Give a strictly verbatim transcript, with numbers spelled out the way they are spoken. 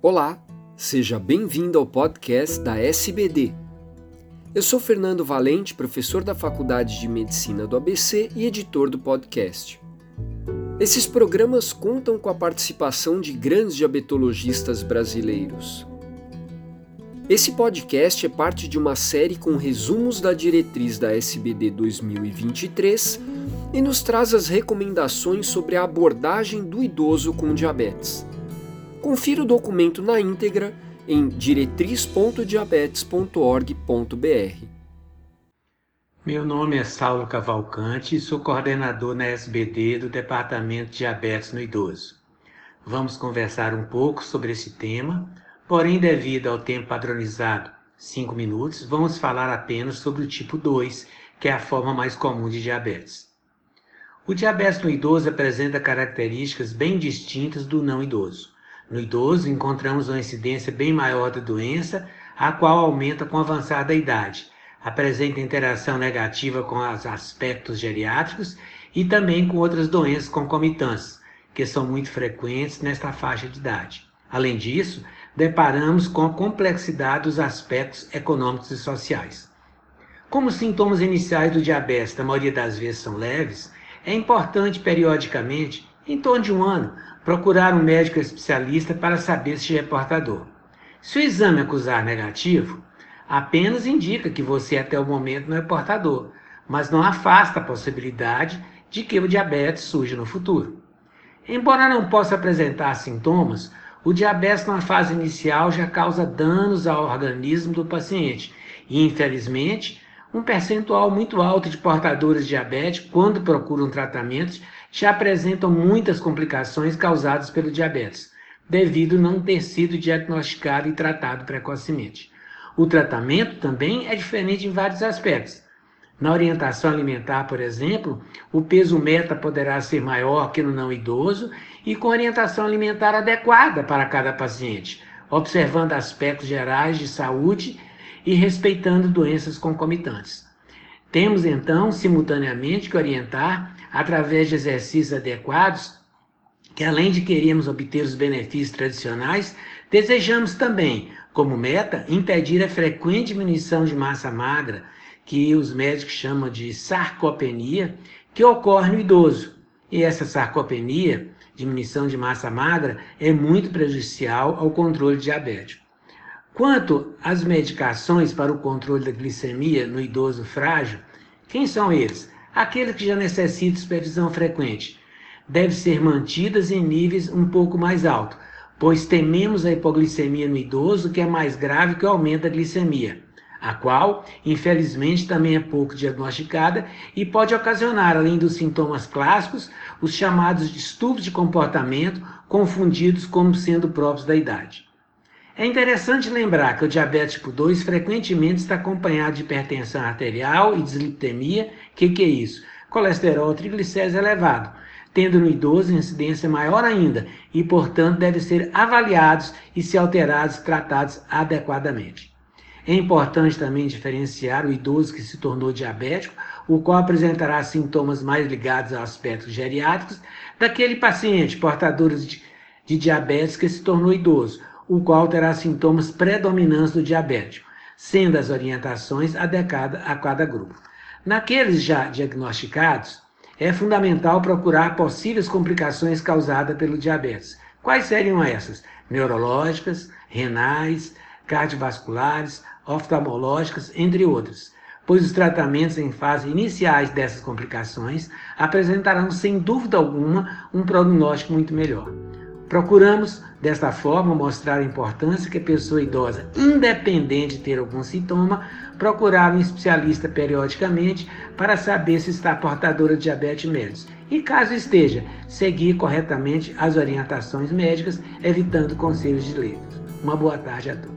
Olá, seja bem-vindo ao podcast da S B D. Eu sou Fernando Valente, professor da Faculdade de Medicina do A B C e editor do podcast. Esses programas contam com a participação de grandes diabetologistas brasileiros. Esse podcast é parte de uma série com resumos da diretriz da S B D dois mil e vinte e três e nos traz as recomendações sobre a abordagem do idoso com diabetes. Confira o documento na íntegra em diretriz ponto diabetes ponto org ponto b r. Meu nome é Saulo Cavalcante e sou coordenador na S B D do Departamento de Diabetes no Idoso. Vamos conversar um pouco sobre esse tema, porém, devido ao tempo padronizado, cinco minutos, vamos falar apenas sobre o tipo dois, que é a forma mais comum de diabetes. O diabetes no idoso apresenta características bem distintas do não idoso. No idoso, encontramos uma incidência bem maior da doença, a qual aumenta com o avançar da idade. Apresenta interação negativa com os aspectos geriátricos e também com outras doenças concomitantes, que são muito frequentes nesta faixa de idade. Além disso, deparamos com a complexidade dos aspectos econômicos e sociais. Como os sintomas iniciais do diabetes, na maioria das vezes, são leves, é importante periodicamente, em torno de um ano, procurar um médico especialista para saber se é portador. Se o exame acusar negativo, apenas indica que você até o momento não é portador, mas não afasta a possibilidade de que o diabetes surja no futuro. Embora não possa apresentar sintomas, o diabetes na fase inicial já causa danos ao organismo do paciente e, infelizmente, um percentual muito alto de portadores de diabetes, quando procuram tratamento, já apresentam muitas complicações causadas pelo diabetes, devido a não ter sido diagnosticado e tratado precocemente. O tratamento também é diferente em vários aspectos. Na orientação alimentar, por exemplo, o peso meta poderá ser maior que no não idoso e com orientação alimentar adequada para cada paciente, observando aspectos gerais de saúde e respeitando doenças concomitantes. Temos, então, simultaneamente que orientar, através de exercícios adequados, que além de queremos obter os benefícios tradicionais, desejamos também, como meta, impedir a frequente diminuição de massa magra, que os médicos chamam de sarcopenia, que ocorre no idoso. E essa sarcopenia, diminuição de massa magra, é muito prejudicial ao controle diabético. Quanto às medicações para o controle da glicemia no idoso frágil, quem são eles? Aqueles que já necessitam supervisão frequente. Devem ser mantidas em níveis um pouco mais altos, pois tememos a hipoglicemia no idoso, que é mais grave que o aumento da glicemia, a qual, infelizmente, também é pouco diagnosticada e pode ocasionar, além dos sintomas clássicos, os chamados distúrbios de comportamento, confundidos como sendo próprios da idade. É interessante lembrar que o diabetes tipo dois frequentemente está acompanhado de hipertensão arterial e dislipidemia. O que, que é isso? Colesterol, triglicéridos elevado, tendo no idoso incidência maior ainda e, portanto, devem ser avaliados e, se alterados, tratados adequadamente. É importante também diferenciar o idoso que se tornou diabético, o qual apresentará sintomas mais ligados aos aspectos geriátricos, daquele paciente portador de, de diabetes que se tornou idoso, o qual terá sintomas predominantes do diabético, sendo as orientações adequadas a cada grupo. Naqueles já diagnosticados, é fundamental procurar possíveis complicações causadas pelo diabetes. Quais seriam essas? Neurológicas, renais, cardiovasculares, oftalmológicas, entre outras, pois os tratamentos em fase iniciais dessas complicações apresentarão, sem dúvida alguma, um prognóstico muito melhor. Procuramos, desta forma, mostrar a importância que a pessoa idosa, independente de ter algum sintoma, procurar um especialista periodicamente para saber se está portadora de diabetes mellitus e, caso esteja, seguir corretamente as orientações médicas, evitando conselhos de leigos. Uma boa tarde a todos.